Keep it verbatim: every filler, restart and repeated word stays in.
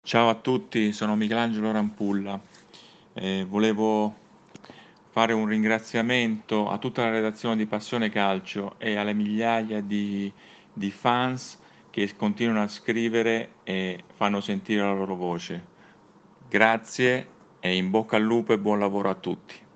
Ciao a tutti, sono Michelangelo Rampulla. E volevo fare un ringraziamento a tutta la redazione di Passione Calcio e alle migliaia di, di fans che continuano a scrivere e fanno sentire la loro voce. Grazie e in bocca al lupo e buon lavoro a tutti.